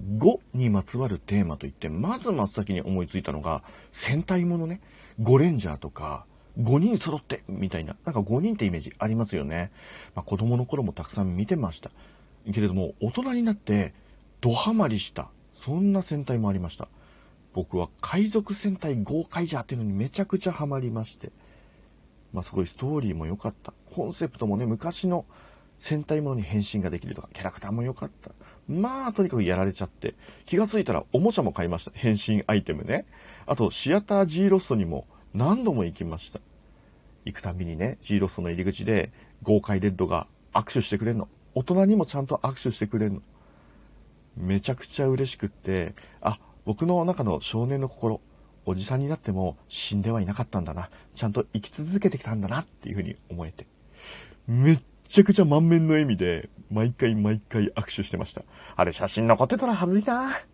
5にまつわるテーマといって、まず真っ先に思いついたのが、戦隊ものね。ゴレンジャーとか、5人揃ってみたいな、なんか5人ってイメージありますよね。子供の頃もたくさん見てました。けれども、大人になって、ドハマりした。そんな戦隊もありました。僕は海賊戦隊ゴーカイジャーっていうのにめちゃくちゃハマりまして。すごいストーリーも良かった。コンセプトもね、昔の戦隊ものに変身ができるとか、キャラクターも良かった。とにかくやられちゃって、気がついたらおもちゃも買いました。変身アイテムね。あと、シアター G ロストにも何度も行きました。行くたびにね、G ロストの入り口で、豪快レッドが握手してくれるの。大人にもちゃんと握手してくれるの。めちゃくちゃ嬉しくって、僕の中の少年の心、おじさんになっても死んではいなかったんだな。ちゃんと生き続けてきたんだなっていうふうに思えて。めっちゃくちゃ満面の笑みで、毎回握手してました。あれ写真残ってたらはずいな。